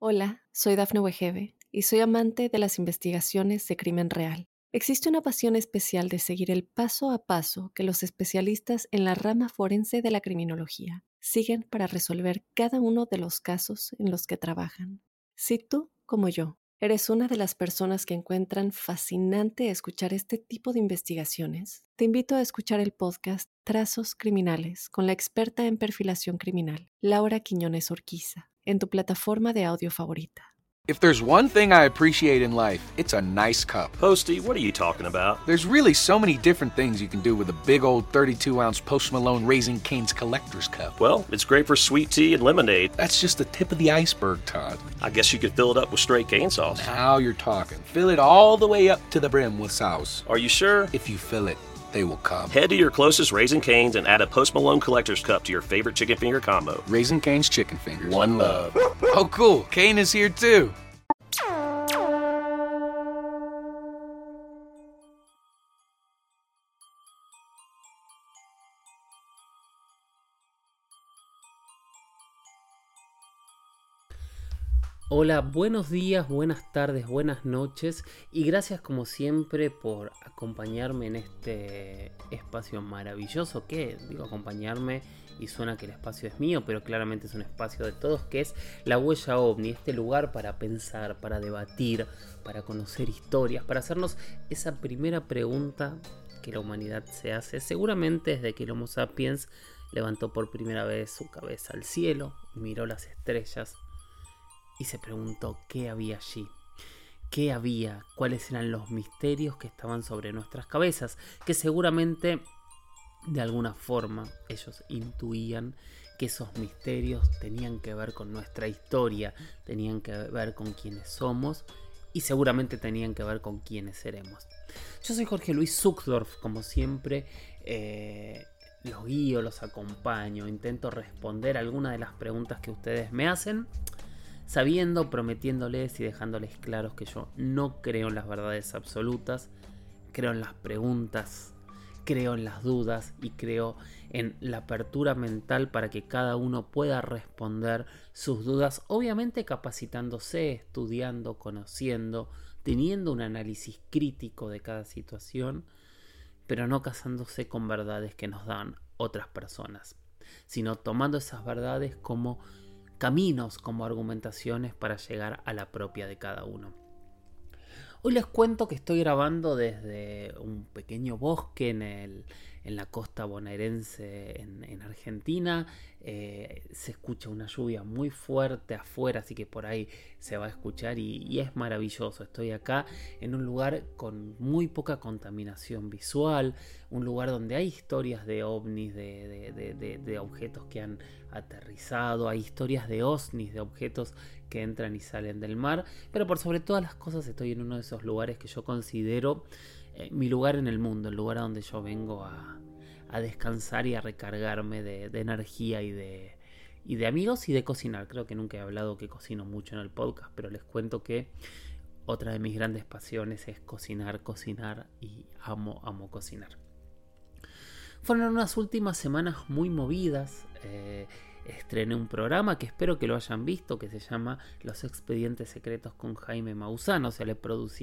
Hola, soy Dafne Wegebe y soy amante de las investigaciones de crimen real. Existe una pasión especial de seguir el paso a paso que los especialistas en la rama forense de la criminología siguen para resolver cada uno de los casos en los que trabajan. Si tú, como yo, eres una de las personas que encuentran fascinante escuchar este tipo de investigaciones, te invito a escuchar el podcast Trazos Criminales con la experta en perfilación criminal, Laura Quiñones Orquiza, en tu plataforma de audio favorita. If there's one thing I appreciate in life, it's a nice cup. Posty, what are you talking about? There's really so many different things you can do with a big old 32-ounce Post Malone Raising Cane's Collector's Cup. Well, it's great for sweet tea and lemonade. That's just the tip of the iceberg, Todd. I guess you could fill it up with straight cane sauce. Now you're talking. Fill it all the way up to the brim with sauce. Are you sure? If you fill it, they will come. Head to your closest Raising Cane's and add a Post Malone Collector's Cup to your favorite chicken finger combo. Raising Cane's Chicken Fingers. One love. Oh, cool. Kane is here, too. Hola, buenos días, buenas tardes, buenas noches y gracias como siempre por acompañarme en este espacio maravilloso que, digo acompañarme y suena que el espacio es mío, pero claramente es un espacio de todos, que es La Huella OVNI, este lugar para pensar, para debatir, para conocer historias, para hacernos esa primera pregunta que la humanidad se hace seguramente desde que el Homo sapiens levantó por primera vez su cabeza al cielo, miró las estrellas y se preguntó qué había allí, qué había, cuáles eran los misterios que estaban sobre nuestras cabezas, que seguramente de alguna forma ellos intuían que esos misterios tenían que ver con nuestra historia, tenían que ver con quiénes somos y seguramente tenían que ver con quiénes seremos. Yo soy Jorge Luis Zuckdorf, como siempre los guío, los acompaño, intento responder algunas de las preguntas que ustedes me hacen, sabiendo, prometiéndoles y dejándoles claros que yo no creo en las verdades absolutas, creo en las preguntas, creo en las dudas y creo en la apertura mental para que cada uno pueda responder sus dudas, obviamente capacitándose, estudiando, conociendo, teniendo un análisis crítico de cada situación, pero no casándose con verdades que nos dan otras personas, sino tomando esas verdades como caminos, como argumentaciones para llegar a la propia de cada uno. Hoy les cuento que estoy grabando desde un pequeño bosque en la costa bonaerense en Argentina. Se escucha una lluvia muy fuerte afuera, así que por ahí se va a escuchar y es maravilloso. Estoy acá en un lugar con muy poca contaminación visual, un lugar donde hay historias de ovnis, de objetos que han aterrizado, hay historias de OSNIs, de objetos que entran y salen del mar, pero por sobre todas las cosas estoy en uno de esos lugares que yo considero mi lugar en el mundo, el lugar a donde yo vengo a descansar y a recargarme de energía y de amigos y de cocinar. Creo que nunca he hablado que cocino mucho en el podcast, pero les cuento que otra de mis grandes pasiones es cocinar y amo cocinar. Fueron unas últimas semanas muy movidas. Estrené un programa que espero que lo hayan visto, que se llama Los Expedientes Secretos con Jaime Maussan. O sea,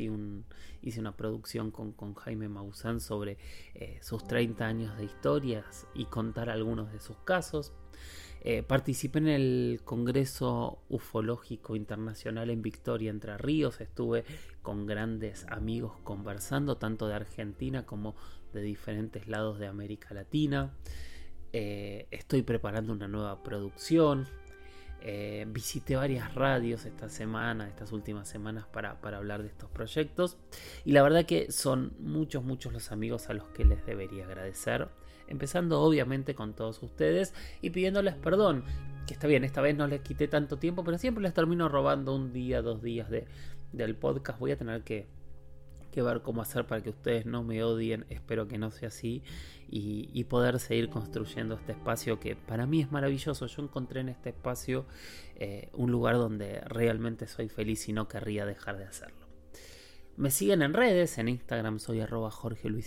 hice una producción con Jaime Maussan sobre sus 30 años de historias y contar algunos de sus casos. Participé en el Congreso Ufológico Internacional en Victoria, Entre Ríos. Estuve con grandes amigos conversando, tanto de Argentina como de diferentes lados de América Latina. Estoy preparando una nueva producción. Visité varias radios estas últimas semanas para hablar de estos proyectos. Y la verdad que son muchos los amigos a los que les debería agradecer. Empezando obviamente con todos ustedes y pidiéndoles perdón. Que está bien, esta vez no les quité tanto tiempo, pero siempre les termino robando un día, 2 días del podcast. Voy a tener que ver cómo hacer para que ustedes no me odien, espero que no sea así, y poder seguir construyendo este espacio que para mí es maravilloso. Yo encontré en este espacio un lugar donde realmente soy feliz y no querría dejar de hacerlo. Me siguen en redes, en Instagram soy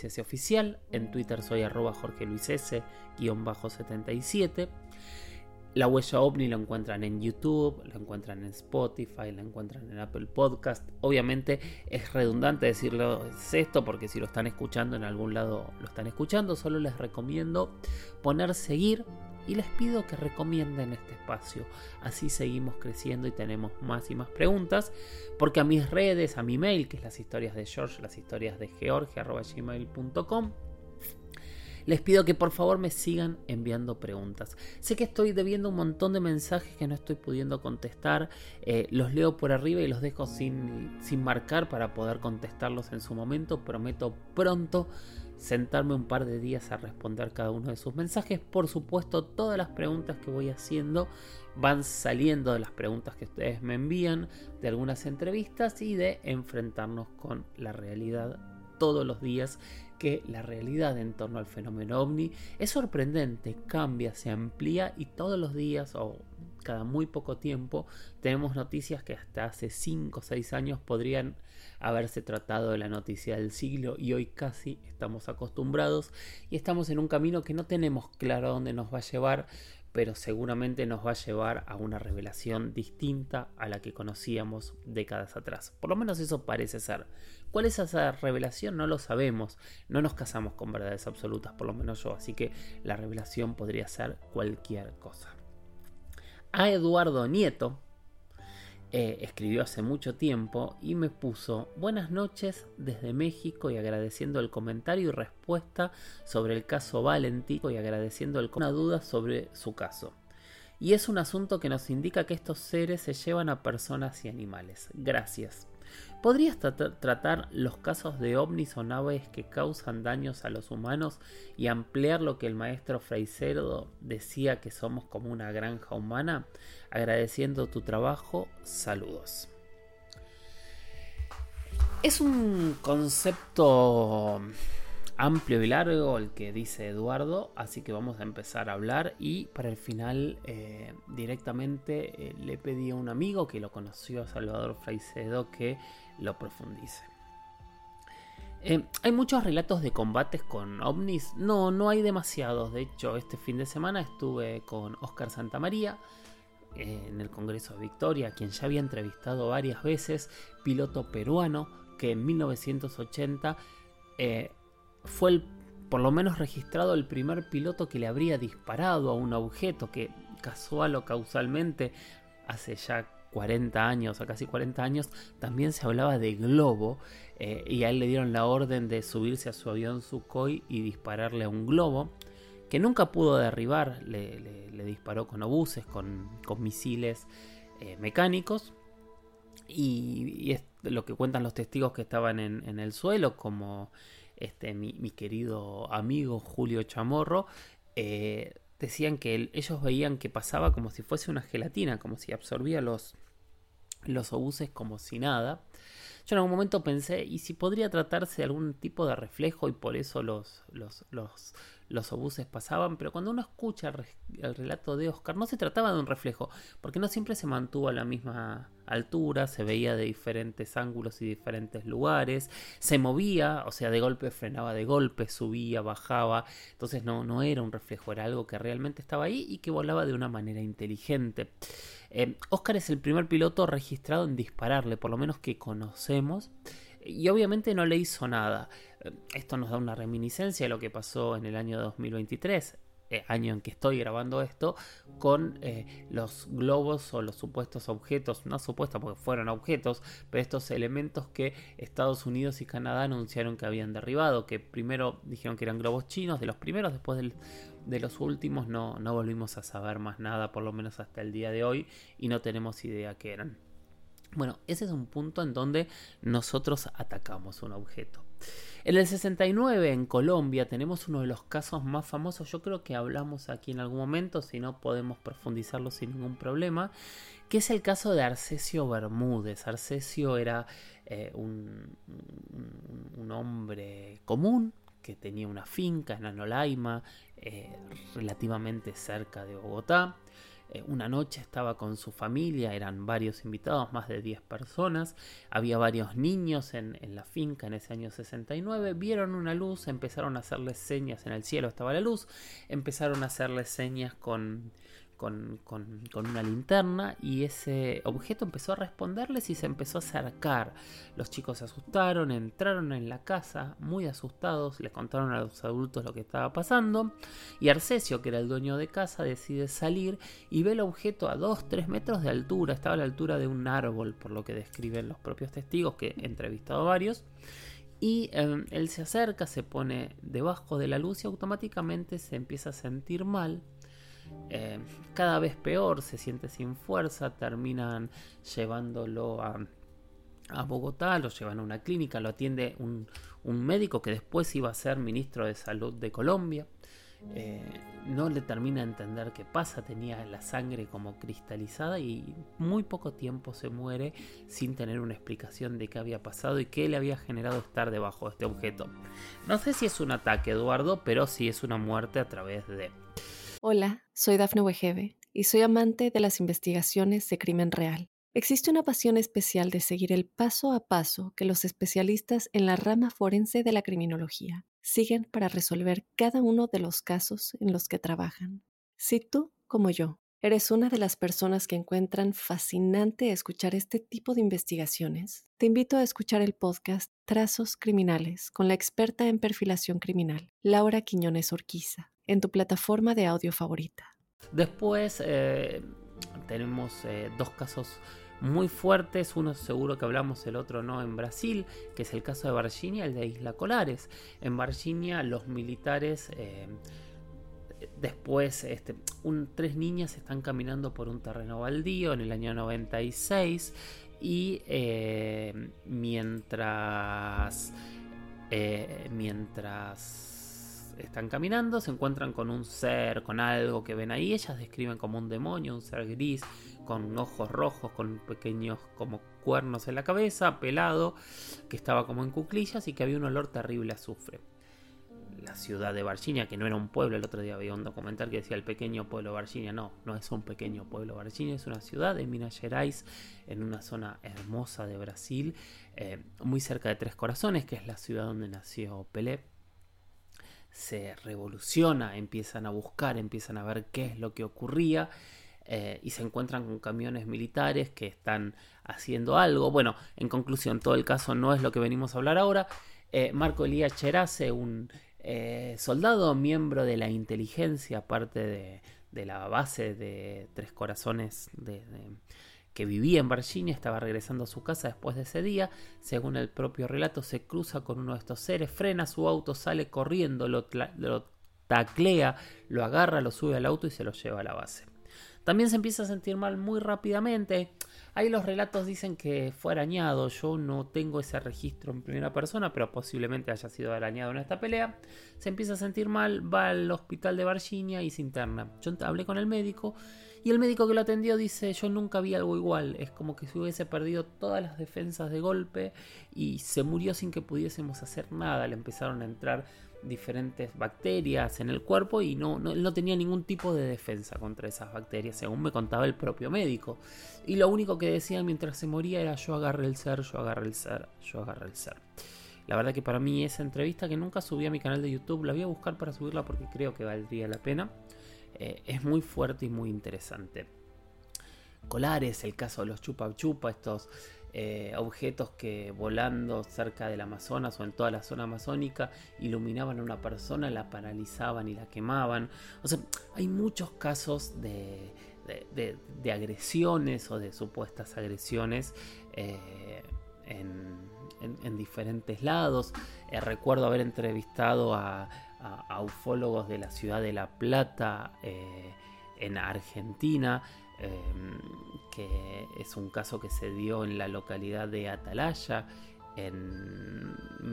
@JorgeLuisS oficial, en Twitter soy @JorgeLuisS_77. La Huella OVNI lo encuentran en YouTube, lo encuentran en Spotify, lo encuentran en Apple Podcast. Obviamente es redundante decirlo esto porque si lo están escuchando en algún lado lo están escuchando. Solo les recomiendo poner seguir y les pido que recomienden este espacio. Así seguimos creciendo y tenemos más y más preguntas. Porque a mis redes, a mi mail, que es las historias de George, las historias de George, @gmail.com, les pido que por favor me sigan enviando preguntas. Sé que estoy debiendo un montón de mensajes que no estoy pudiendo contestar. Los leo por arriba y los dejo sin marcar para poder contestarlos en su momento. Prometo pronto sentarme un par de días a responder cada uno de sus mensajes. Por supuesto, todas las preguntas que voy haciendo van saliendo de las preguntas que ustedes me envían, de algunas entrevistas y de enfrentarnos con la realidad todos los días, que la realidad en torno al fenómeno ovni es sorprendente, cambia, se amplía y todos los días o cada muy poco tiempo tenemos noticias que hasta hace 5 o 6 años podrían haberse tratado de la noticia del siglo y hoy casi estamos acostumbrados y estamos en un camino que no tenemos claro a dónde nos va a llevar, pero seguramente nos va a llevar a una revelación distinta a la que conocíamos décadas atrás. Por lo menos eso parece ser. ¿Cuál es esa revelación? No lo sabemos. No nos casamos con verdades absolutas, por lo menos yo. Así que la revelación podría ser cualquier cosa. A Eduardo Nieto escribió hace mucho tiempo y me puso: buenas noches desde México y agradeciendo el comentario y respuesta sobre el caso Valentino y agradeciendo una duda sobre su caso. Y es un asunto que nos indica que estos seres se llevan a personas y animales. Gracias. ¿Podrías tratar los casos de ovnis o naves que causan daños a los humanos y ampliar lo que el maestro Freixedo decía, que somos como una granja humana? Agradeciendo tu trabajo, saludos. Es un concepto amplio y largo el que dice Eduardo, así que vamos a empezar a hablar y para el final directamente le pedí a un amigo que lo conoció, a Salvador Freixedo, que lo profundice. ¿Hay muchos relatos de combates con ovnis? No hay demasiados. De hecho, este fin de semana estuve con Oscar Santamaría en el Congreso de Victoria, a quien ya había entrevistado varias veces, piloto peruano que en 1980 fue por lo menos registrado el primer piloto que le habría disparado a un objeto que casual o causalmente hace ya 40 años o casi 40 años también se hablaba de globo, y a él le dieron la orden de subirse a su avión Sukhoi y dispararle a un globo que nunca pudo derribar. Le disparó con obuses, con misiles mecánicos, y es lo que cuentan los testigos que estaban en el suelo, como mi querido amigo Julio Chamorro. Decían que ellos veían que pasaba como si fuese una gelatina, como si absorbía los obuses como si nada. Yo en algún momento pensé, ¿y si podría tratarse de algún tipo de reflejo y por eso los obuses pasaban? Pero cuando uno escucha el relato de Oscar, no se trataba de un reflejo, porque no siempre se mantuvo a la misma altura, se veía de diferentes ángulos y diferentes lugares, se movía, o sea, de golpe frenaba, de golpe subía, bajaba, entonces no era un reflejo, era algo que realmente estaba ahí y que volaba de una manera inteligente. Oscar es el primer piloto registrado en dispararle, por lo menos que conocemos, y obviamente no le hizo nada. Esto nos da una reminiscencia de lo que pasó en el año 2023, año en que estoy grabando esto, con los globos o los supuestos objetos, no supuestos porque fueron objetos, pero estos elementos que Estados Unidos y Canadá anunciaron que habían derribado, que primero dijeron que eran globos chinos, de los primeros, después de los últimos no volvimos a saber más nada, por lo menos hasta el día de hoy, y no tenemos idea qué eran. Bueno, ese es un punto en donde nosotros atacamos un objeto. En el 69, en Colombia, tenemos uno de los casos más famosos. Yo creo que hablamos aquí en algún momento, si no podemos profundizarlo sin ningún problema, que es el caso de Arcesio Bermúdez. Arcesio era un hombre común que tenía una finca en Anolaima, relativamente cerca de Bogotá. Una noche estaba con su familia, eran varios invitados, más de 10 personas, había varios niños en la finca en ese año 69, vieron una luz, empezaron a hacerles señas, en el cielo estaba la luz, empezaron a hacerles señas con con una linterna, y ese objeto empezó a responderles y se empezó a acercar. Los chicos se asustaron, entraron en la casa muy asustados, le contaron a los adultos lo que estaba pasando, y Arcesio, que era el dueño de casa, decide salir y ve el objeto a 2-3 metros de altura. Estaba a la altura de un árbol, por lo que describen los propios testigos, que he entrevistado a varios. Y él se acerca, se pone debajo de la luz y automáticamente se empieza a sentir mal. Cada vez peor, se siente sin fuerza. Terminan llevándolo a Bogotá, lo llevan a una clínica, lo atiende un médico que después iba a ser ministro de Salud de Colombia. No le termina a entender qué pasa, tenía la sangre como cristalizada y muy poco tiempo se muere sin tener una explicación de qué había pasado y qué le había generado estar debajo de este objeto. No sé si es un ataque, Eduardo, pero sí es una muerte a través de... Hola, soy Dafne Wegebe y soy amante de las investigaciones de crimen real. Existe una pasión especial de seguir el paso a paso que los especialistas en la rama forense de la criminología siguen para resolver cada uno de los casos en los que trabajan. Si tú, como yo, eres una de las personas que encuentran fascinante escuchar este tipo de investigaciones, te invito a escuchar el podcast Trazos Criminales con la experta en perfilación criminal, Laura Quiñones Orquiza, en tu plataforma de audio favorita. Después tenemos dos casos muy fuertes, uno seguro que hablamos, el otro no, en Brasil, que es el caso de Varginha, el de Isla Colares. En Varginha los militares, después 3 niñas están caminando por un terreno baldío en el año 96 y mientras están caminando se encuentran con un ser, con algo que ven ahí. Ellas describen como un demonio, un ser gris con ojos rojos, con pequeños como cuernos en la cabeza, pelado, que estaba como en cuclillas y que había un olor terrible a azufre. La ciudad de Varginha, que no era un pueblo, el otro día había un documental que decía el pequeño pueblo de Varginha. No es un pequeño pueblo. Varginha es una ciudad de Minas Gerais, en una zona hermosa de Brasil, muy cerca de Tres Corazones, que es la ciudad donde nació Pelé. Se revoluciona, empiezan a buscar, empiezan a ver qué es lo que ocurría, y se encuentran con camiones militares que están haciendo algo. Bueno, en conclusión, todo el caso no es lo que venimos a hablar ahora. Marco Elías Cherace, un soldado, miembro de la inteligencia, parte de la base de Tres Corazones que vivía en Varginha, estaba regresando a su casa después de ese día. Según el propio relato, se cruza con uno de estos seres, frena su auto, sale corriendo, lo taclea, lo agarra, lo sube al auto y se lo lleva a la base. También se empieza a sentir mal muy rápidamente. Ahí los relatos dicen que fue arañado. Yo no tengo ese registro en primera persona, pero posiblemente haya sido arañado en esta pelea. Se empieza a sentir mal, va al hospital de Varginha y se interna. Yo hablé con el médico y el médico que lo atendió dice: yo nunca vi algo igual. Es como que se hubiese perdido todas las defensas de golpe y se murió sin que pudiésemos hacer nada. Le empezaron a entrar diferentes bacterias en el cuerpo y no tenía ningún tipo de defensa contra esas bacterias, según me contaba el propio médico. Y lo único que decía mientras se moría era: yo agarré el ser, yo agarré el ser, yo agarré el ser. La verdad que para mí esa entrevista, que nunca subí a mi canal de YouTube, la voy a buscar para subirla porque creo que valdría la pena. Es muy fuerte y muy interesante. Colares, el caso de los chupa chupa, estos objetos que volando cerca del Amazonas o en toda la zona amazónica iluminaban a una persona, la paralizaban y la quemaban. O sea, hay muchos casos de agresiones o de supuestas agresiones en diferentes lados. Recuerdo haber entrevistado a ufólogos de la ciudad de La Plata, en Argentina, que es un caso que se dio en la localidad de Atalaya en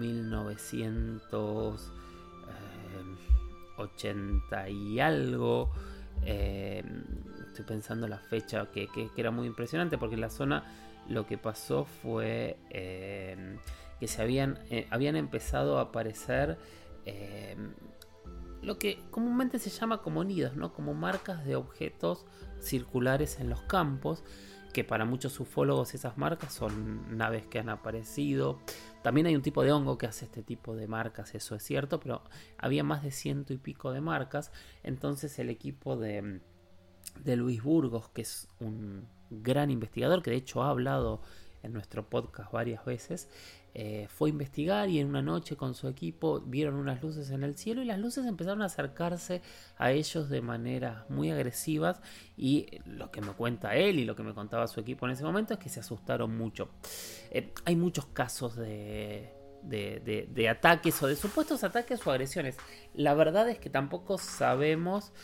1980 y algo. Estoy pensando la fecha, que era muy impresionante, porque en la zona lo que pasó fue que habían empezado a aparecer lo que comúnmente se llama como nidos, ¿no? Como marcas de objetos circulares en los campos, que para muchos ufólogos esas marcas son naves que han aparecido. También hay un tipo de hongo que hace este tipo de marcas, eso es cierto, pero había más de 100 y pico de marcas. Entonces el equipo de de Luis Burgos, que es un gran investigador, que de hecho ha hablado en nuestro podcast varias veces. Fue a investigar y en una noche con su equipo vieron unas luces en el cielo y las luces empezaron a acercarse a ellos de maneras muy agresivas, y lo que me cuenta él y lo que me contaba su equipo en ese momento es que se asustaron mucho. Hay muchos casos de ataques o de supuestos ataques o agresiones. La verdad es que tampoco sabemos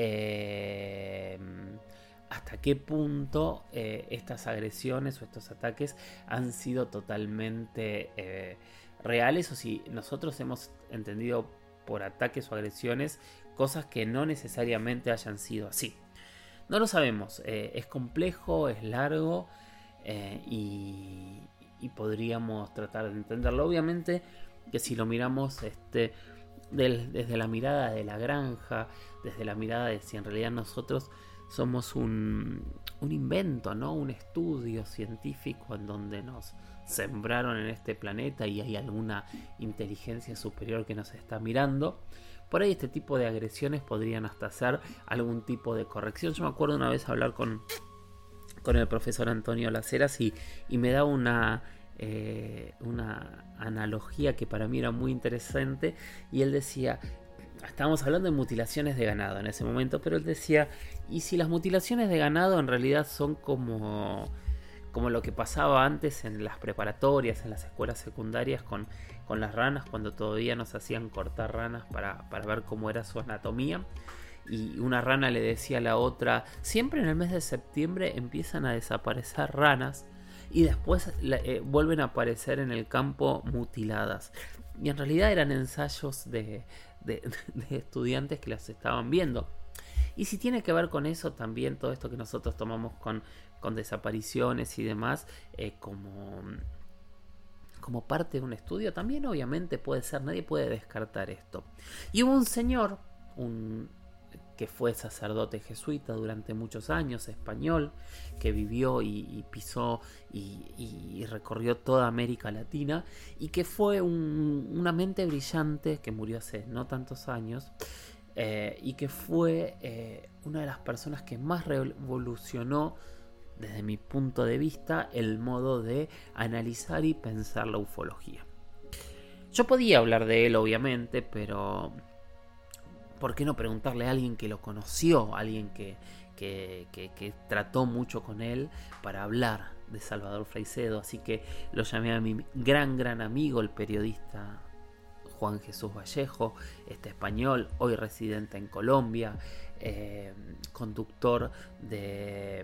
hasta qué punto estas agresiones o estos ataques han sido totalmente reales, o si nosotros hemos entendido por ataques o agresiones cosas que no necesariamente hayan sido así. No lo sabemos, es complejo, es largo, y podríamos tratar de entenderlo. Obviamente que si lo miramos desde la mirada de la granja, desde la mirada de si en realidad nosotros somos un invento, ¿no? Un estudio científico en donde nos sembraron en este planeta y hay alguna inteligencia superior que nos está mirando, por ahí este tipo de agresiones podrían hasta ser algún tipo de corrección. Yo me acuerdo una vez hablar con el profesor Antonio Laceras y me da una analogía que para mí era muy interesante, y él decía, estábamos hablando de mutilaciones de ganado en ese momento, pero él decía, ¿y si las mutilaciones de ganado en realidad son como lo que pasaba antes en las preparatorias, en las escuelas secundarias con las ranas, cuando todavía nos hacían cortar ranas para ver cómo era su anatomía? Y una rana le decía a la otra, siempre en el mes de septiembre empiezan a desaparecer ranas y después vuelven a aparecer en el campo mutiladas. Y en realidad eran ensayos de estudiantes que las estaban viendo. Y si tiene que ver con eso también todo esto que nosotros tomamos con desapariciones y demás, como parte de un estudio, también obviamente puede ser, nadie puede descartar esto. Y hubo un señor, que fue sacerdote jesuita durante muchos años, español, que vivió y pisó y recorrió toda América Latina, y que fue una mente brillante, que murió hace no tantos años, y que fue una de las personas que más revolucionó, desde mi punto de vista, el modo de analizar y pensar la ufología. Yo podía hablar de él, obviamente, pero ¿por qué no preguntarle a alguien que lo conoció, a alguien que trató mucho con él, para hablar de Salvador Freixedo? Así que lo llamé a mi gran amigo, el periodista Juan Jesús Vallejo, español, hoy residente en Colombia, conductor de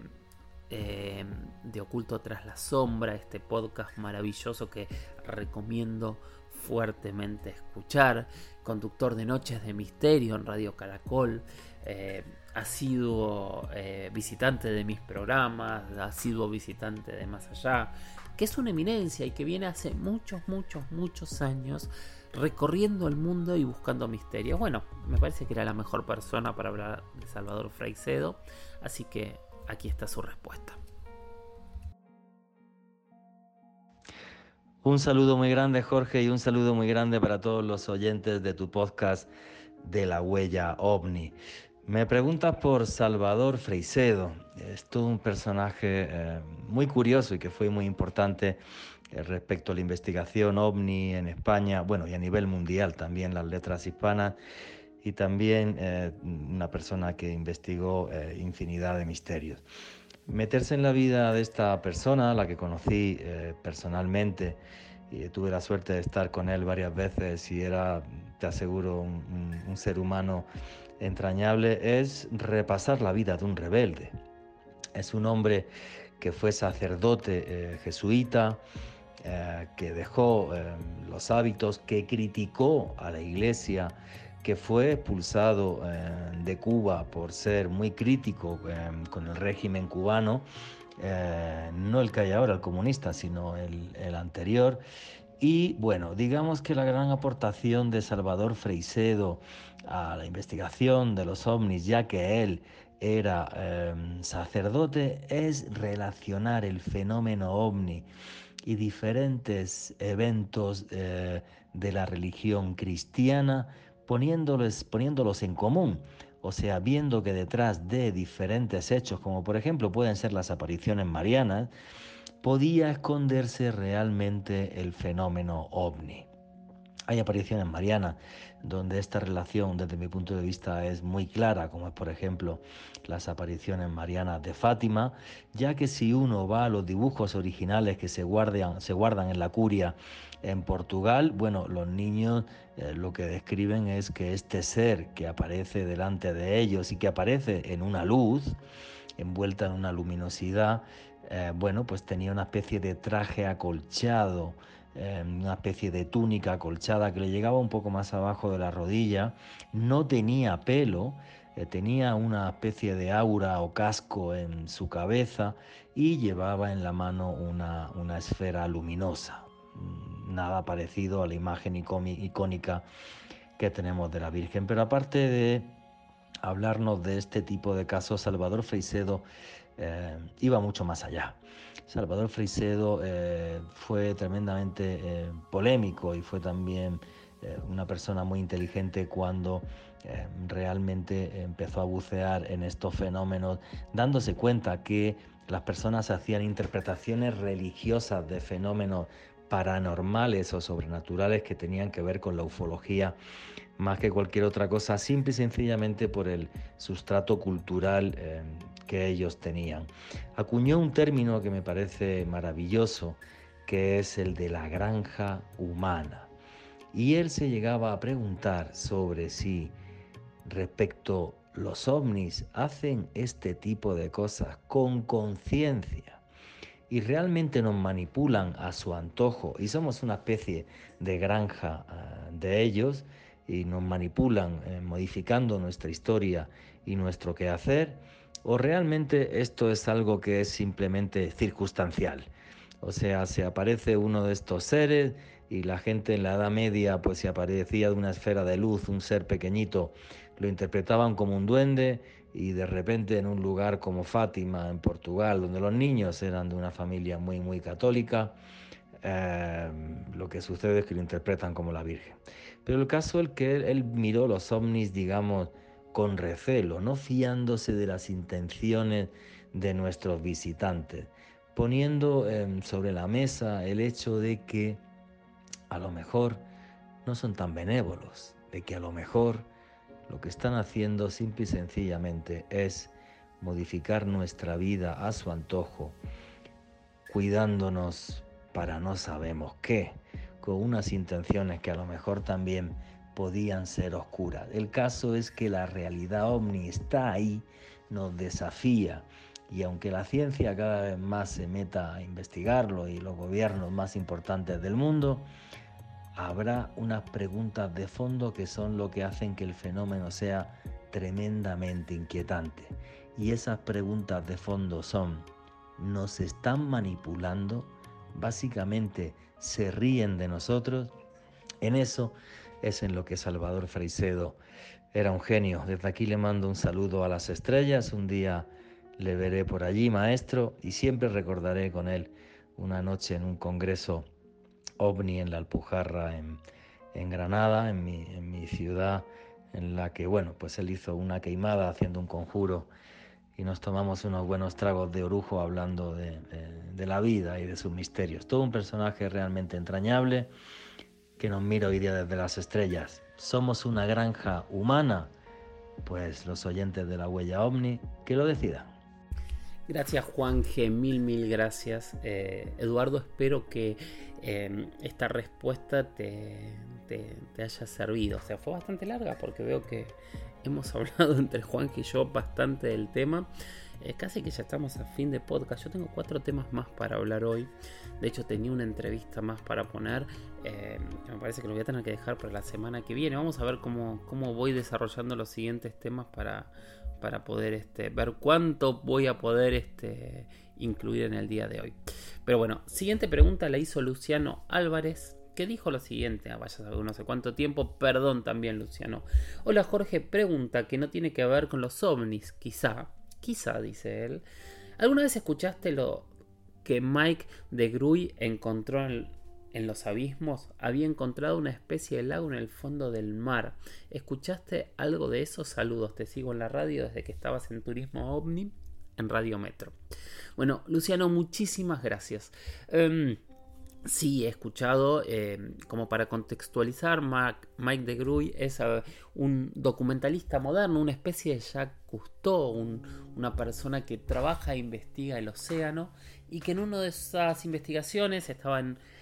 Oculto tras la sombra, este podcast maravilloso que recomiendo fuertemente escuchar, conductor de Noches de Misterio en Radio Caracol, ha sido visitante de mis programas, ha sido visitante de Más Allá, que es una eminencia y que viene hace muchos años recorriendo el mundo y buscando misterios. Bueno, me parece que era la mejor persona para hablar de Salvador Freixedo, así que aquí está su respuesta. Un saludo muy grande, Jorge, y un saludo muy grande para todos los oyentes de tu podcast de La Huella OVNI. Me preguntas por Salvador Freixedo. Es todo un personaje muy curioso y que fue muy importante respecto a la investigación OVNI en España, bueno, y a nivel mundial también, las letras hispanas, y también una persona que investigó infinidad de misterios. Meterse en la vida de esta persona, la que conocí personalmente, y tuve la suerte de estar con él varias veces, y era, te aseguro, un ser humano entrañable, es repasar la vida de un rebelde. Es un hombre que fue sacerdote jesuita, que dejó los hábitos, que criticó a la Iglesia, que fue expulsado de Cuba por ser muy crítico con el régimen cubano, no el que hay ahora, el comunista, sino el anterior. Y bueno, digamos que la gran aportación de Salvador Freixedo a la investigación de los ovnis, ya que él era sacerdote, es relacionar el fenómeno ovni y diferentes eventos de la religión cristiana, poniéndolos en común. o sea, viendo que detrás de diferentes hechos, como por ejemplo pueden ser las apariciones marianas, podía esconderse realmente el fenómeno ovni. Hay apariciones marianas donde esta relación desde mi punto de vista es muy clara, como es por ejemplo las apariciones marianas de Fátima, ya que si uno va a los dibujos originales que se guardan en la Curia en Portugal, bueno, los niños lo que describen es que este ser que aparece delante de ellos y que aparece en una luz, envuelta en una luminosidad, bueno, pues tenía una especie de traje acolchado, una especie de túnica acolchada que le llegaba un poco más abajo de la rodilla, no tenía pelo, tenía una especie de aura o casco en su cabeza y llevaba en la mano una esfera luminosa, nada parecido a la imagen icónica que tenemos de la Virgen. Pero aparte de hablarnos de este tipo de casos, Salvador Freixedo iba mucho más allá. Salvador Freixedo fue tremendamente polémico y fue también una persona muy inteligente cuando realmente empezó a bucear en estos fenómenos, dándose cuenta que las personas hacían interpretaciones religiosas de fenómenos paranormales o sobrenaturales que tenían que ver con la ufología más que cualquier otra cosa, simple y sencillamente por el sustrato cultural que ellos tenían. Acuñó un término que me parece maravilloso, que es el de la granja humana. Y él se llegaba a preguntar sobre si respecto los ovnis hacen este tipo de cosas con conciencia y realmente nos manipulan a su antojo y somos una especie de granja de ellos y nos manipulan modificando nuestra historia y nuestro quehacer, o realmente esto es algo que es simplemente circunstancial. O sea, se aparece uno de estos seres y la gente en la Edad Media, pues si aparecía de una esfera de luz, un ser pequeñito, lo interpretaban como un duende, y de repente en un lugar como Fátima, en Portugal, donde los niños eran de una familia muy católica, lo que sucede es que lo interpretan como la Virgen. Pero el caso es que él miró los ovnis, digamos, con recelo, no fiándose de las intenciones de nuestros visitantes, poniendo sobre la mesa el hecho de que a lo mejor no son tan benévolos, de que a lo mejor lo que están haciendo simple y sencillamente es modificar nuestra vida a su antojo, cuidándonos para no sabemos qué, con unas intenciones que a lo mejor también podían ser oscuras. El caso es que la realidad ovni está ahí, nos desafía, y aunque la ciencia cada vez más se meta a investigarlo y los gobiernos más importantes del mundo, habrá unas preguntas de fondo que son lo que hacen que el fenómeno sea tremendamente inquietante. Y esas preguntas de fondo son: ¿nos están manipulando? Básicamente, ¿se ríen de nosotros? En eso es en lo que Salvador Freixedo era un genio. Desde aquí le mando un saludo a las estrellas. Un día le veré por allí, maestro, y siempre recordaré con él una noche en un congreso ovni en la Alpujarra, en Granada, en mi ciudad, en la que, bueno, pues él hizo una queimada haciendo un conjuro y nos tomamos unos buenos tragos de orujo hablando de la vida y de sus misterios. Todo un personaje realmente entrañable que nos mira hoy día desde las estrellas. ¿Somos una granja humana? Pues los oyentes de La Huella OVNI que lo decidan. Gracias, Juanje, mil gracias. Eduardo, espero que esta respuesta te haya servido. O sea, fue bastante larga porque veo que hemos hablado entre Juanje y yo bastante del tema. Casi que ya estamos a fin de podcast. Yo tengo 4 temas más para hablar hoy. De hecho, tenía una entrevista más para poner. Me parece que lo voy a tener que dejar para la semana que viene. Vamos a ver cómo voy desarrollando los siguientes temas para poder ver cuánto voy a poder incluir en el día de hoy. Pero bueno, siguiente pregunta la hizo Luciano Álvarez, que dijo lo siguiente: vaya a saber no sé cuánto tiempo, perdón también Luciano. Hola Jorge, pregunta que no tiene que ver con los ovnis, quizá dice él. ¿Alguna vez escuchaste lo que Mike de Gruy encontró en los abismos había encontrado una especie de lago en el fondo del mar. ¿Escuchaste algo de eso? Saludos, te sigo en la radio desde que estabas en Turismo OVNI en Radio Metro. Bueno, Luciano, muchísimas gracias. Sí, he escuchado, como para contextualizar, Mike de Gruy es un documentalista moderno, una especie de Jacques Cousteau, una persona que trabaja e investiga el océano y que en una de esas investigaciones estaba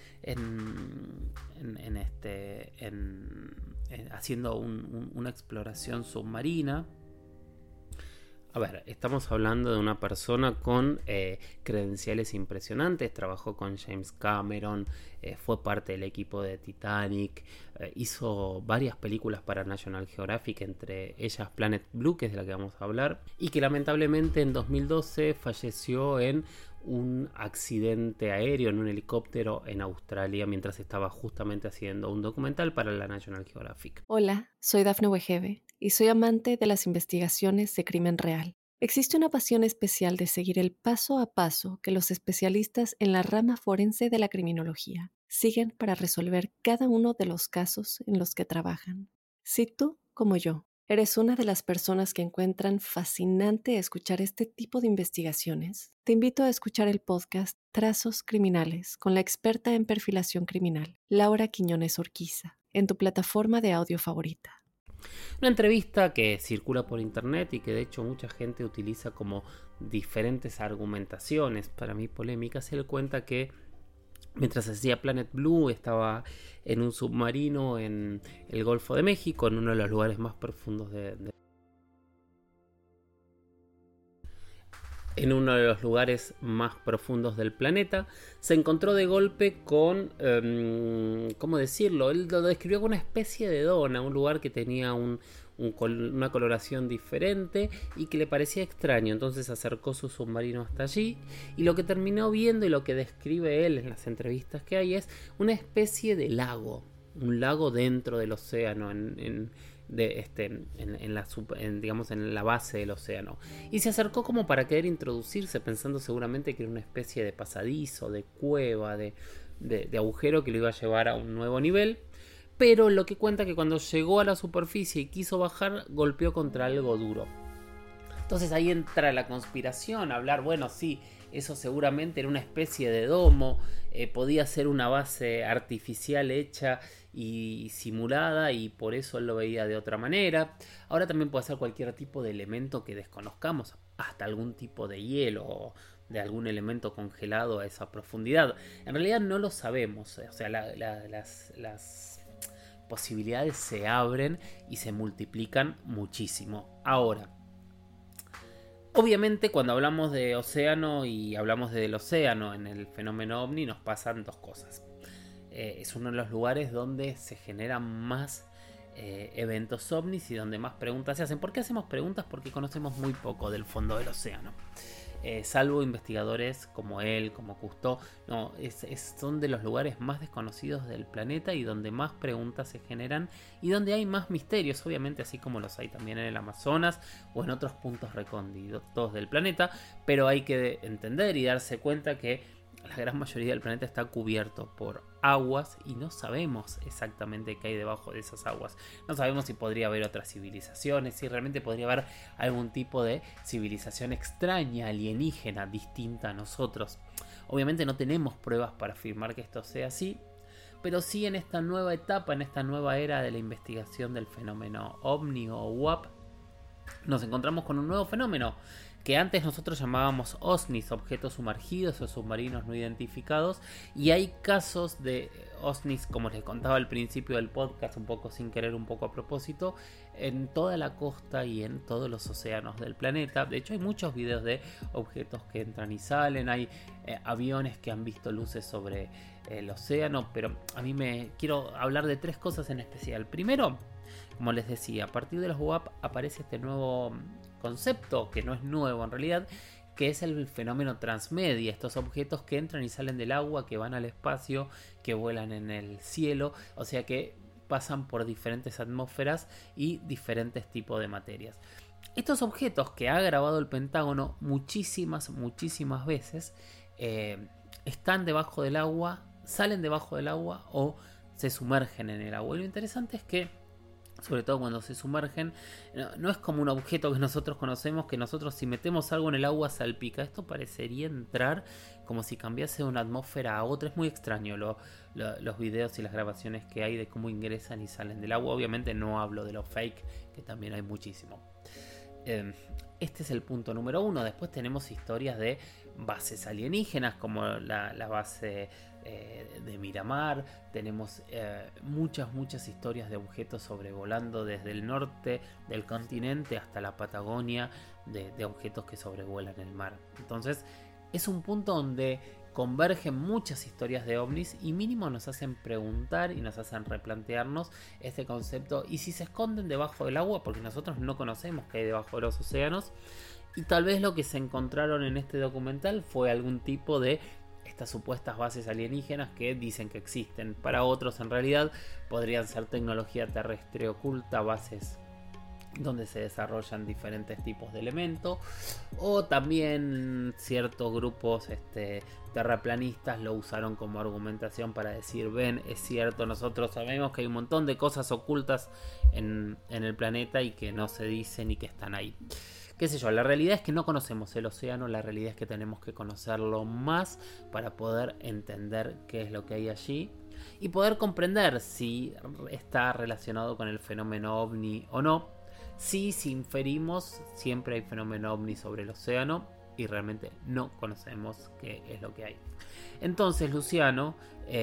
haciendo una exploración submarina. A ver, estamos hablando de una persona con credenciales impresionantes. Trabajó con James Cameron, fue parte del equipo de Titanic, hizo varias películas para National Geographic, entre ellas Planet Blue, que es de la que vamos a hablar, y que lamentablemente en 2012 falleció en un accidente aéreo en un helicóptero en Australia mientras estaba justamente haciendo un documental para la National Geographic. Hola, soy Dafne Wegebe y soy amante de las investigaciones de crimen real. Existe una pasión especial de seguir el paso a paso que los especialistas en la rama forense de la criminología siguen para resolver cada uno de los casos en los que trabajan. Si tú, como yo, ¿eres una de las personas que encuentran fascinante escuchar este tipo de investigaciones? Te invito a escuchar el podcast Trazos Criminales con la experta en perfilación criminal, Laura Quiñones Orquiza, en tu plataforma de audio favorita. Una entrevista que circula por internet y que de hecho mucha gente utiliza como diferentes argumentaciones, para mí polémicas. Él cuenta que mientras hacía Planet Blue estaba en un submarino en el Golfo de México, en uno de los lugares más profundos en uno de los lugares más profundos del planeta, se encontró de golpe con, ¿cómo decirlo? Él lo describió como una especie de dona, un lugar que tenía una coloración diferente y que le parecía extraño. Entonces acercó su submarino hasta allí y lo que terminó viendo y lo que describe él en las entrevistas que hay es una especie de lago, un lago dentro del océano, en la base del océano, y se acercó como para querer introducirse, pensando seguramente que era una especie de pasadizo, de cueva, de agujero que lo iba a llevar a un nuevo nivel. Pero lo que cuenta que cuando llegó a la superficie y quiso bajar, golpeó contra algo duro. Entonces ahí entra la conspiración, a hablar, bueno, sí, eso seguramente era una especie de domo, podía ser una base artificial hecha y simulada, y por eso él lo veía de otra manera. Ahora también puede ser cualquier tipo de elemento que desconozcamos, hasta algún tipo de hielo o de algún elemento congelado a esa profundidad. En realidad no lo sabemos, o sea, las posibilidades se abren y se multiplican muchísimo. Ahora, obviamente cuando hablamos de océano y hablamos del océano en el fenómeno OVNI nos pasan dos cosas. Es uno de los lugares donde se generan más eventos ovnis y donde más preguntas se hacen. ¿Por qué hacemos preguntas? Porque conocemos muy poco del fondo del océano. Salvo investigadores como él, como Cousteau, son de los lugares más desconocidos del planeta y donde más preguntas se generan y donde hay más misterios, obviamente, así como los hay también en el Amazonas o en otros puntos recónditos del planeta, pero hay que entender y darse cuenta que la gran mayoría del planeta está cubierto por aguas y no sabemos exactamente qué hay debajo de esas aguas. No sabemos si podría haber otras civilizaciones, si realmente podría haber algún tipo de civilización extraña, alienígena, distinta a nosotros. Obviamente no tenemos pruebas para afirmar que esto sea así, pero sí en esta nueva etapa, en esta nueva era de la investigación del fenómeno OVNI o UAP, nos encontramos con un nuevo fenómeno que antes nosotros llamábamos OSNIs, objetos sumergidos o submarinos no identificados, y hay casos de OSNIs, como les contaba al principio del podcast, un poco sin querer, un poco a propósito, en toda la costa y en todos los océanos del planeta. De hecho hay muchos videos de objetos que entran y salen, hay aviones que han visto luces sobre el océano, pero a mí quiero hablar de tres cosas en especial. Primero, como les decía, a partir de los UAP aparece este nuevo concepto, que no es nuevo en realidad, que es el fenómeno transmedia, estos objetos que entran y salen del agua, que van al espacio, que vuelan en el cielo, o sea que pasan por diferentes atmósferas y diferentes tipos de materias. Estos objetos que ha grabado el Pentágono muchísimas veces están debajo del agua salen debajo del agua o se sumergen en el agua. Y lo interesante es que, sobre todo cuando se sumergen, no es como un objeto que nosotros conocemos, que nosotros si metemos algo en el agua salpica. Esto parecería entrar como si cambiase de una atmósfera a otra. Es muy extraño los videos y las grabaciones que hay de cómo ingresan y salen del agua. Obviamente no hablo de lo fake, que también hay muchísimo. Este es el punto número 1. Después tenemos historias de bases alienígenas, como la base de Miramar. Tenemos muchas historias de objetos sobrevolando desde el norte del continente hasta la Patagonia, de objetos que sobrevuelan el mar. Entonces es un punto donde convergen muchas historias de ovnis y mínimo nos hacen preguntar y nos hacen replantearnos este concepto. Y si se esconden debajo del agua, porque nosotros no conocemos qué hay debajo de los océanos, y tal vez lo que se encontraron en este documental fue algún tipo de estas supuestas bases alienígenas que dicen que existen. Para otros en realidad podrían ser tecnología terrestre oculta, bases donde se desarrollan diferentes tipos de elementos, o también ciertos grupos terraplanistas lo usaron como argumentación para decir: ven, es cierto, nosotros sabemos que hay un montón de cosas ocultas en el planeta y que no se dicen y que están ahí. Qué sé yo, la realidad es que no conocemos el océano, la realidad es que tenemos que conocerlo más para poder entender qué es lo que hay allí y poder comprender si está relacionado con el fenómeno ovni o no. Sí, si inferimos, siempre hay fenómeno ovni sobre el océano y realmente no conocemos qué es lo que hay. Entonces, Luciano,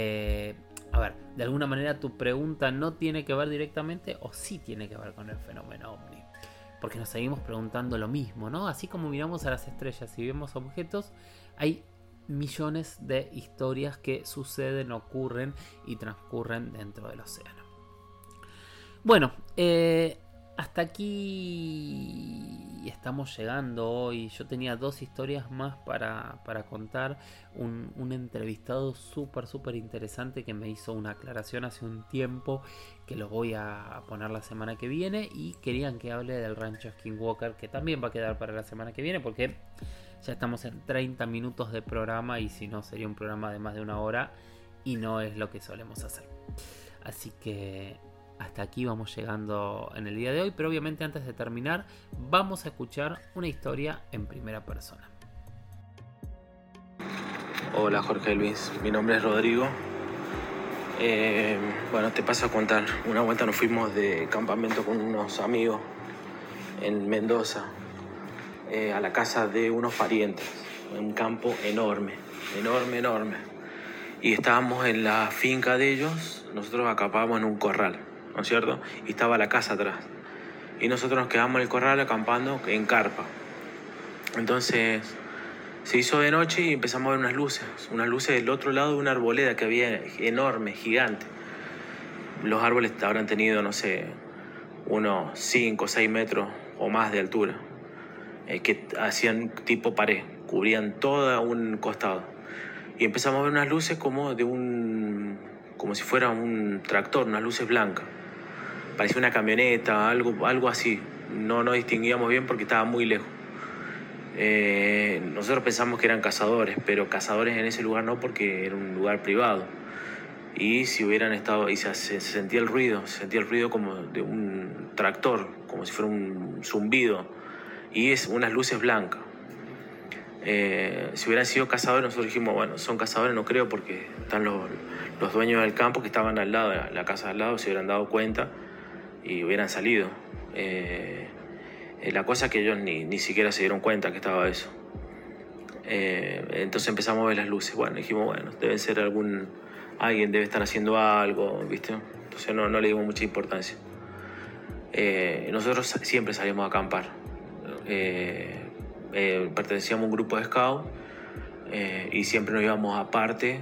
a ver, de alguna manera tu pregunta no tiene que ver directamente o sí tiene que ver con el fenómeno ovni. Porque nos seguimos preguntando lo mismo, ¿no? Así como miramos a las estrellas y vemos objetos, hay millones de historias que suceden, ocurren y transcurren dentro del océano. Bueno, hasta aquí estamos llegando hoy. Yo tenía 2 historias más para contar. Un entrevistado súper interesante que me hizo una aclaración hace un tiempo, que lo voy a poner la semana que viene. Y querían que hable del rancho Skinwalker, que también va a quedar para la semana que viene, porque ya estamos en 30 minutos de programa y si no sería un programa de más de 1 hora y no es lo que solemos hacer. Así que hasta aquí vamos llegando en el día de hoy, pero obviamente antes de terminar vamos a escuchar una historia en primera persona. Hola Jorge Luis, mi nombre es Rodrigo. Bueno, te paso a contar. Una vuelta nos fuimos de campamento con unos amigos en Mendoza, a la casa de unos parientes, en un campo enorme. Y estábamos en la finca de ellos, nosotros acampábamos en un corral, ¿no es cierto? Y estaba la casa atrás. Y nosotros nos quedamos en el corral acampando en carpa. Entonces se hizo de noche y empezamos a ver unas luces del otro lado de una arboleda que había enorme, gigante. Los árboles habrán tenido, no sé, unos 5 o 6 metros o más de altura, que hacían tipo pared, cubrían todo un costado. Y empezamos a ver unas luces como si fuera un tractor, unas luces blancas. Parecía una camioneta, algo así. No distinguíamos bien porque estaba muy lejos. Nosotros pensamos que eran cazadores, pero cazadores en ese lugar no, porque era un lugar privado. Y si hubieran estado, y se sentía el ruido como de un tractor, como si fuera un zumbido, y es unas luces blancas. Si hubieran sido cazadores, nosotros dijimos, bueno, son cazadores, no creo, porque están los dueños del campo que estaban al lado, la casa al lado, se hubieran dado cuenta y hubieran salido. La cosa es que ellos ni siquiera se dieron cuenta que estaba eso. Entonces empezamos a ver las luces. Bueno, dijimos, bueno, debe ser alguien debe estar haciendo algo, ¿viste? Entonces no le dimos mucha importancia. Nosotros siempre salíamos a acampar. Pertenecíamos a un grupo de scout, y siempre nos íbamos aparte,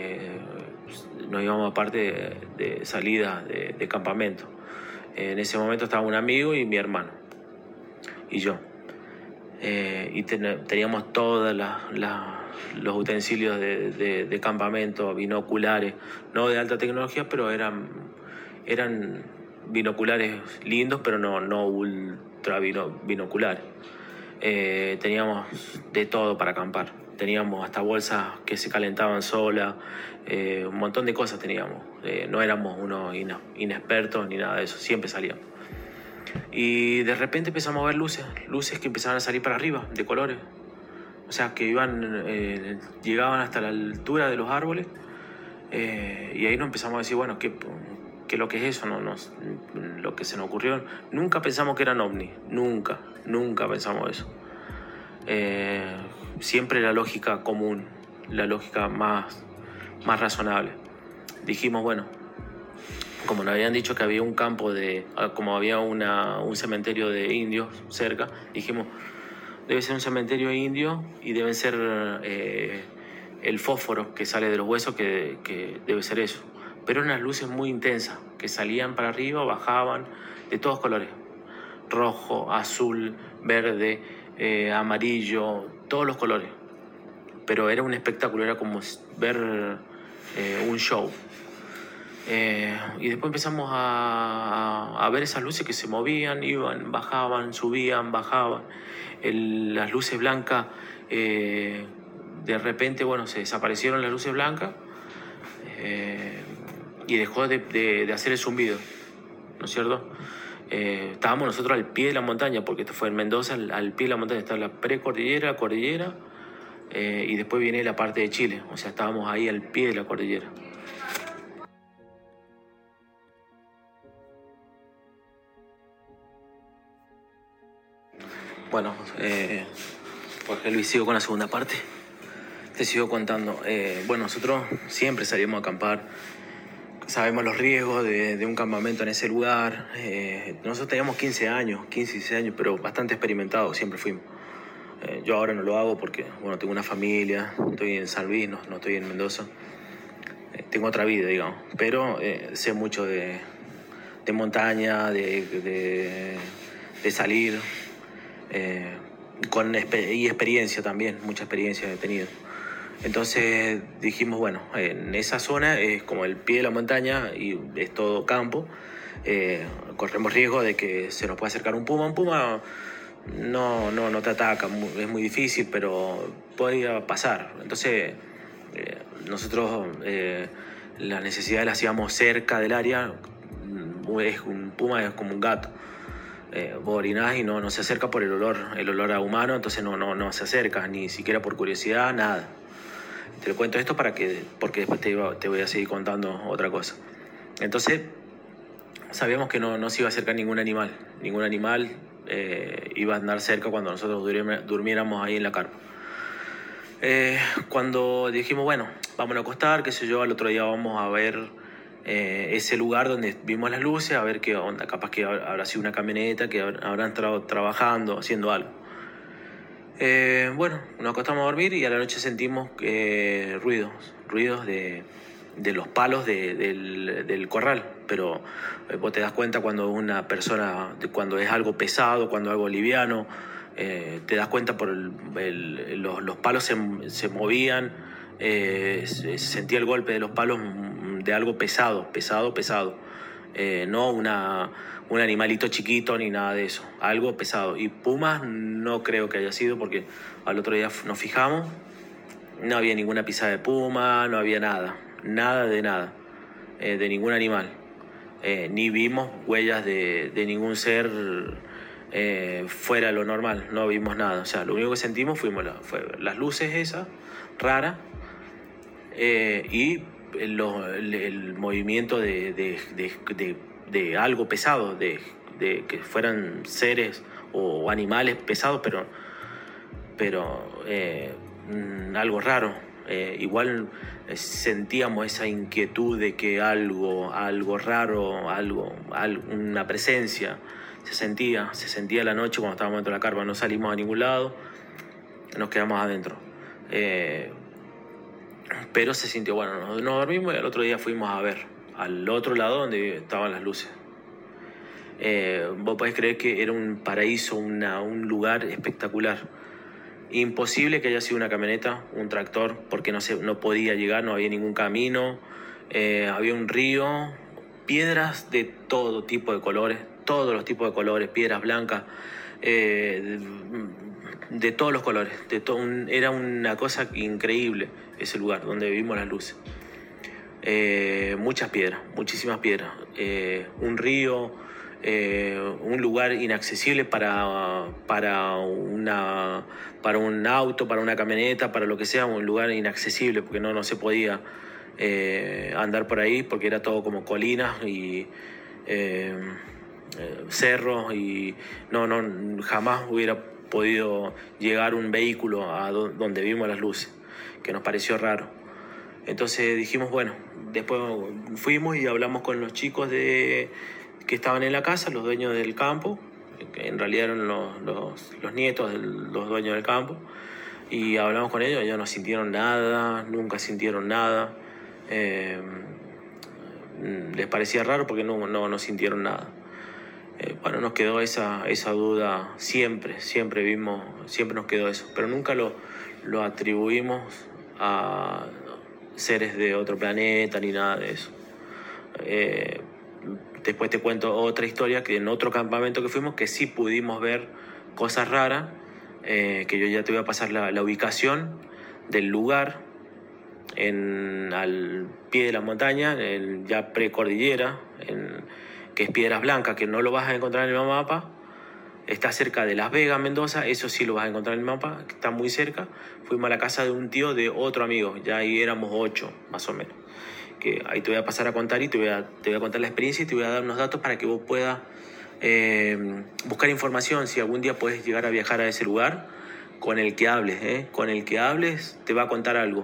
de salida de campamento. En ese momento estaba un amigo y mi hermano y yo, y teníamos todos los utensilios de campamento, binoculares, no de alta tecnología, pero eran binoculares lindos, pero no ultra binoculares. Teníamos de todo para acampar. teníamos hasta bolsas que se calentaban solas, un montón de cosas teníamos. No éramos unos inexpertos ni nada de eso, siempre salíamos. Y de repente empezamos a ver luces que empezaban a salir para arriba, de colores. O sea, que llegaban hasta la altura de los árboles. Y ahí nos empezamos a decir, bueno, ¿qué lo que es eso? Lo que se nos ocurrió. Nunca pensamos que eran ovnis, nunca pensamos eso. Siempre la lógica común, la lógica más razonable. Dijimos, bueno, como nos habían dicho que había un campo como había un cementerio de indios cerca, dijimos, debe ser un cementerio indio y deben ser el fósforo que sale de los huesos, que debe ser eso. Pero eran unas luces muy intensas que salían para arriba, bajaban, de todos colores: rojo, azul, verde, amarillo, todos los colores. Pero era un espectáculo, era como ver un show. Y después empezamos a ver esas luces que se movían, iban, bajaban, subían, bajaban. Las luces blancas, de repente, bueno, se desaparecieron las luces blancas y dejó de hacer el zumbido, ¿no es cierto? Estábamos nosotros al pie de la montaña, porque esto fue en Mendoza, al pie de la montaña está la precordillera, la cordillera, y después viene la parte de Chile, o sea, estábamos ahí al pie de la cordillera. Bueno, Jorge Luis, sigo con la segunda parte. Te sigo contando. Bueno, nosotros siempre salimos a acampar. Sabemos los riesgos de un campamento en ese lugar. Nosotros teníamos 15 años, 16 años, pero bastante experimentados, siempre fuimos. Yo ahora no lo hago porque, bueno, tengo una familia, estoy en San Luis, no estoy en Mendoza. Tengo otra vida, digamos, pero sé mucho de montaña, de salir, y experiencia también, mucha experiencia he tenido. Entonces dijimos, bueno, en esa zona es como el pie de la montaña y es todo campo. Corremos riesgo de que se nos pueda acercar un puma. Un puma no te ataca, es muy difícil, pero podría pasar. Entonces nosotros las necesidades las hacíamos cerca del área. Un puma es como un gato. Vos orinás y no se acerca por el olor a humano, entonces no se acerca, ni siquiera por curiosidad, nada. Te lo cuento esto porque después te voy a seguir contando otra cosa. Entonces sabíamos que no se iba a acercar ningún animal iba a andar cerca cuando nosotros durmiéramos ahí en la carpa. Cuando dijimos, bueno, vamos a acostar, qué sé yo, al otro día vamos a ver ese lugar donde vimos las luces, a ver qué onda, capaz que habrá sido una camioneta, que habrán estado trabajando, haciendo algo. Bueno, nos acostamos a dormir y a la noche sentimos ruidos de los palos del corral, pero vos te das cuenta cuando una persona, cuando es algo pesado, cuando es algo liviano, te das cuenta por los palos se movían, se sentía el golpe de los palos de algo pesado, no un animalito chiquito ni nada de eso, algo pesado. Y pumas no creo que haya sido, porque al otro día nos fijamos, no había ninguna pisada de puma, no había nada de ningún animal, ni vimos huellas de ningún ser fuera de lo normal, no vimos nada. O sea, lo único que sentimos fue las luces esas raras, y el movimiento de algo pesado, de que fueran seres o animales pesados, pero algo raro. Igual sentíamos esa inquietud de que algo raro, una presencia se sentía la noche cuando estábamos dentro de la carpa. No salimos a ningún lado, nos quedamos adentro. Pero se sintió, bueno, nos dormimos y al otro día fuimos a ver al otro lado donde estaban las luces. Vos podés creer que era un paraíso, un lugar espectacular. Imposible que haya sido una camioneta, un tractor, porque no podía llegar, no había ningún camino. Había un río, piedras de todo tipo de colores, todos los tipos de colores, piedras blancas, de todos los colores, era una cosa increíble ese lugar donde vimos las luces. Muchas piedras, muchísimas piedras, un río, un lugar inaccesible para un auto, para una camioneta, para lo que sea, un lugar inaccesible porque no se podía andar por ahí porque era todo como colinas y cerros y jamás hubiera podido llegar un vehículo a donde vimos las luces, que nos pareció raro. Entonces dijimos, bueno, después fuimos y hablamos con los chicos que estaban en la casa, los dueños del campo, que en realidad eran los nietos de los dueños del campo, y hablamos con ellos no sintieron nada, nunca sintieron nada. Les parecía raro porque no sintieron nada. Bueno, nos quedó esa duda siempre nos quedó eso, pero nunca lo atribuimos a seres de otro planeta ni nada de eso. Después te cuento otra historia, que en otro campamento que fuimos, que sí pudimos ver cosas raras, que yo ya te voy a pasar la ubicación del lugar, al pie de la montaña, ya precordillera, que es Piedras Blancas, que no lo vas a encontrar en el mapa. Está cerca de Las Vegas, Mendoza, eso sí lo vas a encontrar en el mapa, que está muy cerca. Fuimos a la casa de un tío de otro amigo, ya ahí éramos 8, más o menos. Que ahí te voy a pasar a contar y te voy a contar la experiencia y te voy a dar unos datos para que vos puedas buscar información. Si algún día puedes llegar a viajar a ese lugar, con el que hables, con el que hables te va a contar algo.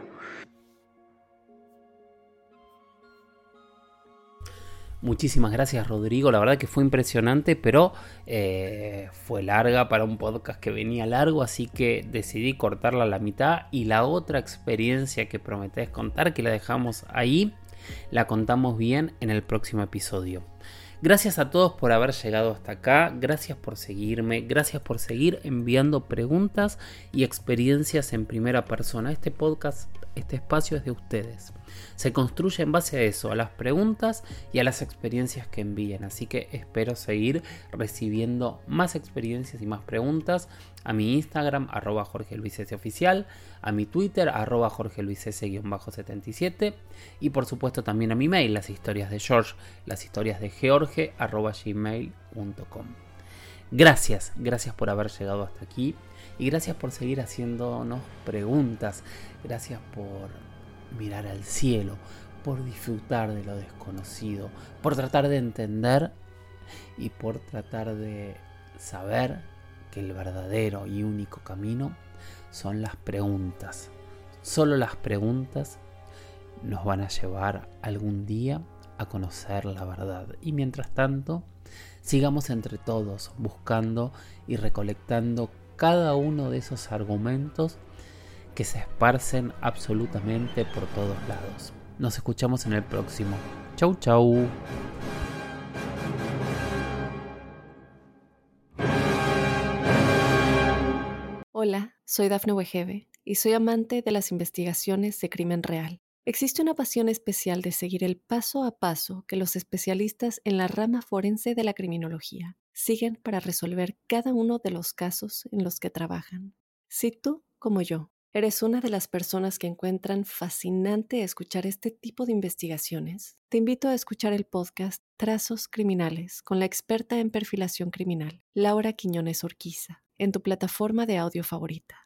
Muchísimas gracias, Rodrigo. La verdad que fue impresionante, pero fue larga para un podcast que venía largo, así que decidí cortarla a la mitad. Y la otra experiencia que prometés contar, que la dejamos ahí, la contamos bien en el próximo episodio. Gracias a todos por haber llegado hasta acá, gracias por seguirme, gracias por seguir enviando preguntas y experiencias en primera persona. Este podcast, este espacio es de ustedes. Se construye en base a eso, a las preguntas y a las experiencias que envíen. Así que espero seguir recibiendo más experiencias y más preguntas a mi Instagram, @JorgeLuisSoficial, a mi Twitter, @JorgeLuisS_77 y por supuesto también a mi mail, las historias de George, las historias de George, @gmail.com. Gracias por haber llegado hasta aquí y gracias por seguir haciéndonos preguntas. Gracias por mirar al cielo, por disfrutar de lo desconocido, por tratar de entender y por tratar de saber que el verdadero y único camino son las preguntas. Solo las preguntas nos van a llevar algún día a conocer la verdad. Y mientras tanto, sigamos entre todos buscando y recolectando cada uno de esos argumentos que se esparcen absolutamente por todos lados. Nos escuchamos en el próximo. Chau, chau. Hola, soy Dafne Wegebe y soy amante de las investigaciones de crimen real. Existe una pasión especial de seguir el paso a paso que los especialistas en la rama forense de la criminología siguen para resolver cada uno de los casos en los que trabajan. Si tú, como yo, eres una de las personas que encuentran fascinante escuchar este tipo de investigaciones, te invito a escuchar el podcast Trazos Criminales con la experta en perfilación criminal, Laura Quiñones Orquiza, en tu plataforma de audio favorita.